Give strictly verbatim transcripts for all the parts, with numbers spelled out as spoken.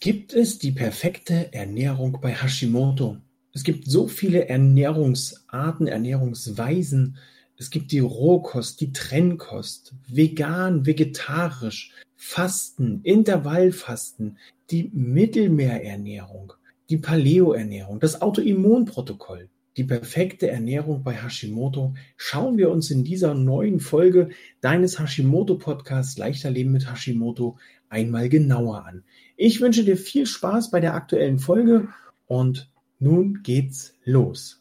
Gibt es die perfekte Ernährung bei Hashimoto? Es gibt so viele Ernährungsarten, Ernährungsweisen. Es gibt die Rohkost, die Trennkost, vegan, vegetarisch, Fasten, Intervallfasten, die Mittelmeerernährung, die Paleo-Ernährung, das Autoimmunprotokoll. Die perfekte Ernährung bei Hashimoto schauen wir uns in dieser neuen Folge deines Hashimoto-Podcasts Leichter Leben mit Hashimoto einmal genauer an. Ich wünsche dir viel Spaß bei der aktuellen Folge und nun geht's los.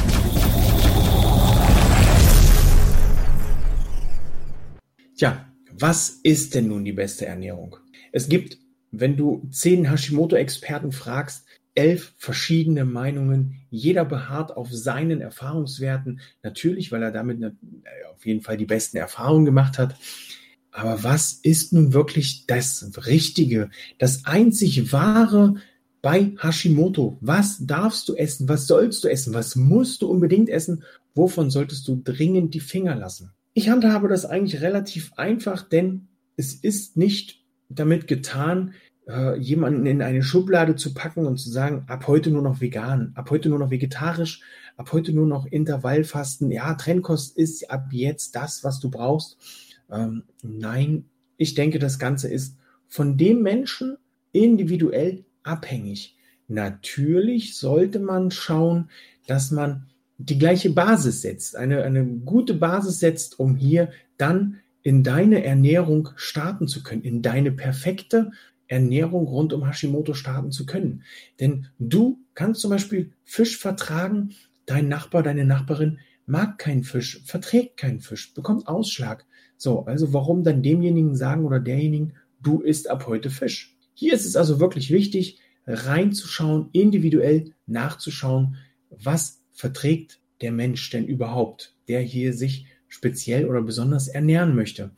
Tja, was ist denn nun die beste Ernährung? Es gibt, wenn du zehn Hashimoto-Experten fragst, elf verschiedene Meinungen. Jeder beharrt auf seinen Erfahrungswerten. Natürlich, weil er damit auf jeden Fall die besten Erfahrungen gemacht hat. Aber was ist nun wirklich das Richtige, das einzig Wahre bei Hashimoto? Was darfst du essen? Was sollst du essen? Was musst du unbedingt essen? Wovon solltest du dringend die Finger lassen? Ich handhabe das eigentlich relativ einfach, denn es ist nicht damit getan, jemanden in eine Schublade zu packen und zu sagen, ab heute nur noch vegan, ab heute nur noch vegetarisch, ab heute nur noch Intervallfasten. Ja, Trennkost ist ab jetzt das, was du brauchst. Ähm, nein, ich denke, das Ganze ist von dem Menschen individuell abhängig. Natürlich sollte man schauen, dass man die gleiche Basis setzt, eine, eine gute Basis setzt, um hier dann in deine Ernährung starten zu können, in deine perfekte Ernährung rund um Hashimoto starten zu können. Denn du kannst zum Beispiel Fisch vertragen, dein Nachbar, deine Nachbarin mag keinen Fisch, verträgt keinen Fisch, bekommt Ausschlag. So, also warum dann demjenigen sagen oder derjenigen, du isst ab heute Fisch? Hier ist es also wirklich wichtig, reinzuschauen, individuell nachzuschauen, was verträgt der Mensch denn überhaupt, der hier sich speziell oder besonders ernähren möchte.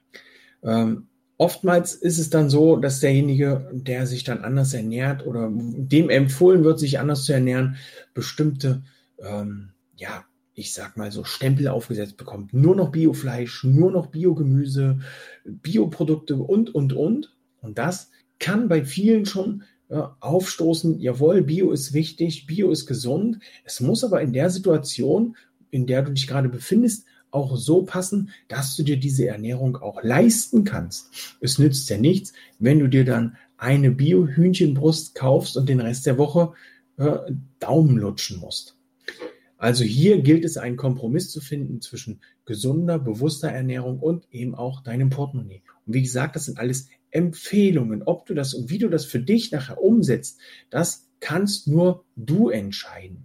Ähm, Oftmals ist es dann so, dass derjenige, der sich dann anders ernährt oder dem empfohlen wird, sich anders zu ernähren, bestimmte, ähm, ja, ich sag mal so Stempel aufgesetzt bekommt. Nur noch Biofleisch, nur noch Biogemüse, Bioprodukte und, und, und. Und das kann bei vielen schon äh, aufstoßen, jawohl, Bio ist wichtig, Bio ist gesund. Es muss aber in der Situation, in der du dich gerade befindest, auch so passen, dass du dir diese Ernährung auch leisten kannst. Es nützt ja nichts, wenn du dir dann eine Bio-Hühnchenbrust kaufst und den Rest der Woche äh, Daumen lutschen musst. Also hier gilt es, einen Kompromiss zu finden zwischen gesunder, bewusster Ernährung und eben auch deinem Portemonnaie. Und wie gesagt, das sind alles Empfehlungen. Ob du das und wie du das für dich nachher umsetzt, das kannst nur du entscheiden.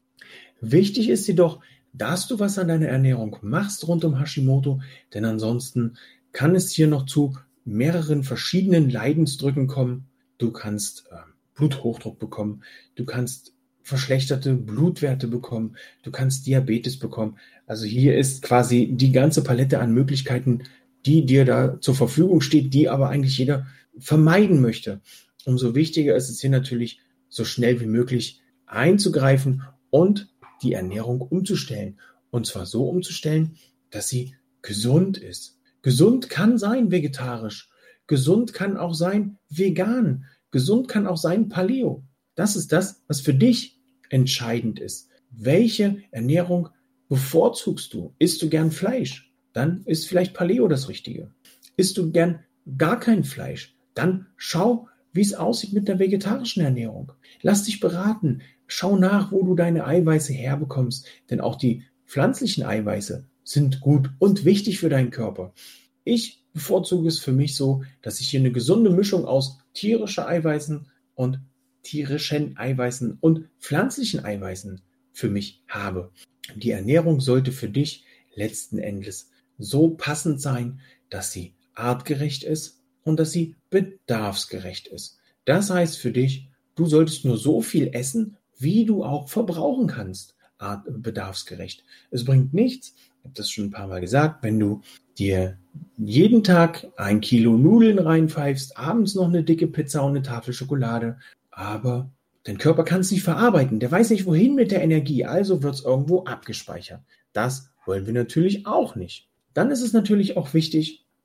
Wichtig ist jedoch, dass du was an deiner Ernährung machst rund um Hashimoto, denn ansonsten kann es hier noch zu mehreren verschiedenen Leidensdrücken kommen. Du kannst äh, Bluthochdruck bekommen, du kannst verschlechterte Blutwerte bekommen, du kannst Diabetes bekommen. Also hier ist quasi die ganze Palette an Möglichkeiten, die dir da zur Verfügung steht, die aber eigentlich jeder vermeiden möchte. Umso wichtiger ist es hier natürlich, so schnell wie möglich einzugreifen und die Ernährung umzustellen. Und zwar so umzustellen, dass sie gesund ist. Gesund kann sein vegetarisch. Gesund kann auch sein vegan. Gesund kann auch sein Paleo. Das ist das, was für dich entscheidend ist. Welche Ernährung bevorzugst du? Isst du gern Fleisch? Dann ist vielleicht Paleo das Richtige. Isst du gern gar kein Fleisch? Dann schau, wie es aussieht mit der vegetarischen Ernährung. Lass dich beraten. Schau nach, wo du deine Eiweiße herbekommst, denn auch die pflanzlichen Eiweiße sind gut und wichtig für deinen Körper. Ich bevorzuge es für mich so, dass ich hier eine gesunde Mischung aus tierischen Eiweißen und tierischen Eiweißen und pflanzlichen Eiweißen für mich habe. Die Ernährung sollte für dich letzten Endes so passend sein, dass sie artgerecht ist und dass sie bedarfsgerecht ist. Das heißt für dich, du solltest nur so viel essen, wie du auch verbrauchen kannst, bedarfsgerecht. Es bringt nichts, ich habe das schon ein paar Mal gesagt, wenn du dir jeden Tag ein Kilo Nudeln reinpfeifst, abends noch eine dicke Pizza und eine Tafel Schokolade, aber dein Körper kann es nicht verarbeiten, der weiß nicht, wohin mit der Energie, also wird es irgendwo abgespeichert. Das wollen wir natürlich auch nicht. Dann ist es natürlich auch wichtig,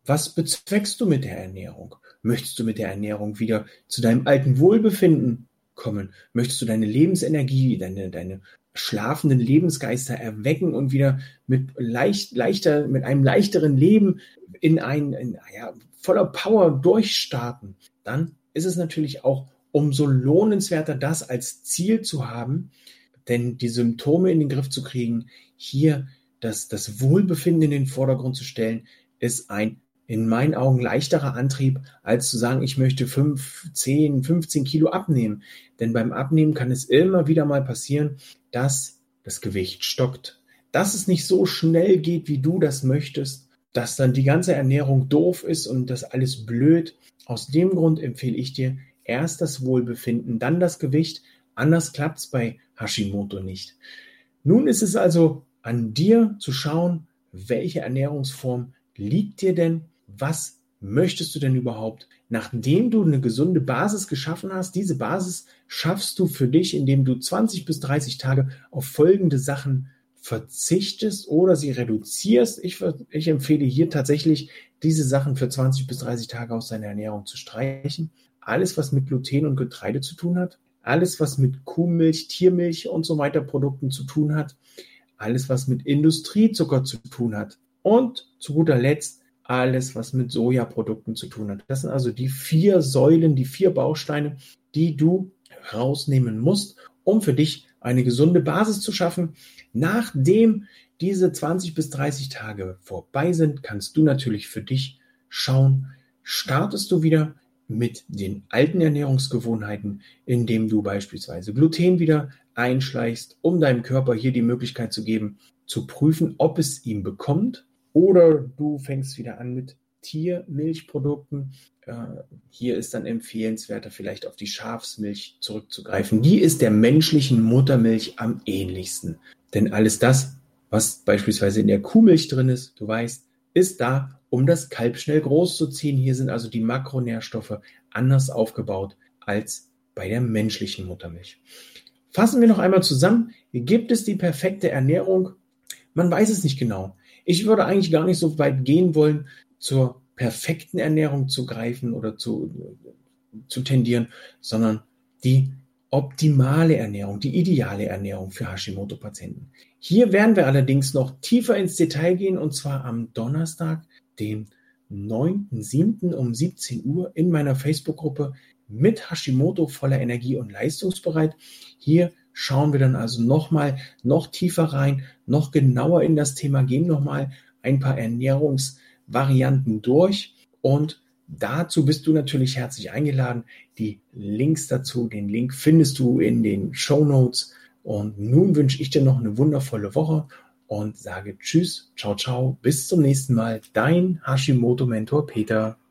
Was bezweckst du mit der Ernährung? Möchtest du mit der Ernährung wieder zu deinem alten Wohlbefinden kommen? Möchtest du deine Lebensenergie, deine, deine schlafenden Lebensgeister erwecken und wieder mit leicht, leichter, mit einem leichteren Leben in ein, in, ja, voller Power durchstarten? Dann ist es natürlich auch umso lohnenswerter, das als Ziel zu haben, denn die Symptome in den Griff zu kriegen, hier das, das Wohlbefinden in den Vordergrund zu stellen, ist ein in meinen Augen leichterer Antrieb, als zu sagen, ich möchte fünf, zehn, fünfzehn Kilo abnehmen. Denn beim Abnehmen kann es immer wieder mal passieren, dass das Gewicht stockt, dass es nicht so schnell geht, wie du das möchtest, dass dann die ganze Ernährung doof ist und das alles blöd. Aus dem Grund empfehle ich dir erst das Wohlbefinden, dann das Gewicht. Anders klappt es bei Hashimoto nicht. Nun ist es also an dir zu schauen, welche Ernährungsform liegt dir denn? Was möchtest du denn überhaupt? Nachdem du eine gesunde Basis geschaffen hast, diese Basis schaffst du für dich, indem du zwanzig bis dreißig Tage auf folgende Sachen verzichtest oder sie reduzierst. Ich, ich empfehle hier tatsächlich, diese Sachen für zwanzig bis dreißig Tage aus deiner Ernährung zu streichen. Alles, was mit Gluten und Getreide zu tun hat, alles, was mit Kuhmilch, Tiermilch und so weiter Produkten zu tun hat, alles, was mit Industriezucker zu tun hat und zu guter Letzt alles, was mit Sojaprodukten zu tun hat. Das sind also die vier Säulen, die vier Bausteine, die du rausnehmen musst, um für dich eine gesunde Basis zu schaffen. Nachdem diese zwanzig bis dreißig Tage vorbei sind, kannst du natürlich für dich schauen, startest du wieder mit den alten Ernährungsgewohnheiten, indem du beispielsweise Gluten wieder einschleichst, um deinem Körper hier die Möglichkeit zu geben, zu prüfen, ob es ihm bekommt. Oder du fängst wieder an mit Tiermilchprodukten. Äh, hier ist dann empfehlenswerter, vielleicht auf die Schafsmilch zurückzugreifen. Die ist der menschlichen Muttermilch am ähnlichsten. Denn alles das, was beispielsweise in der Kuhmilch drin ist, du weißt, ist da, um das Kalb schnell groß zu ziehen. Hier sind also die Makronährstoffe anders aufgebaut als bei der menschlichen Muttermilch. Fassen wir noch einmal zusammen. Gibt es die perfekte Ernährung? Man weiß es nicht genau. Ich würde eigentlich gar nicht so weit gehen wollen, zur perfekten Ernährung zu greifen oder zu, zu tendieren, sondern die optimale Ernährung, die ideale Ernährung für Hashimoto-Patienten. Hier werden wir allerdings noch tiefer ins Detail gehen, und zwar am Donnerstag, dem neunten siebten um siebzehn Uhr in meiner Facebook-Gruppe mit Hashimoto voller Energie und leistungsbereit. Hier schauen wir dann also nochmal noch tiefer rein, noch genauer in das Thema, gehen nochmal ein paar Ernährungsvarianten durch, und dazu bist du natürlich herzlich eingeladen. Die Links dazu, den Link findest du in den Shownotes. Und nun wünsche ich dir noch eine wundervolle Woche und sage Tschüss, ciao, ciao, bis zum nächsten Mal. Dein Hashimoto-Mentor Peter.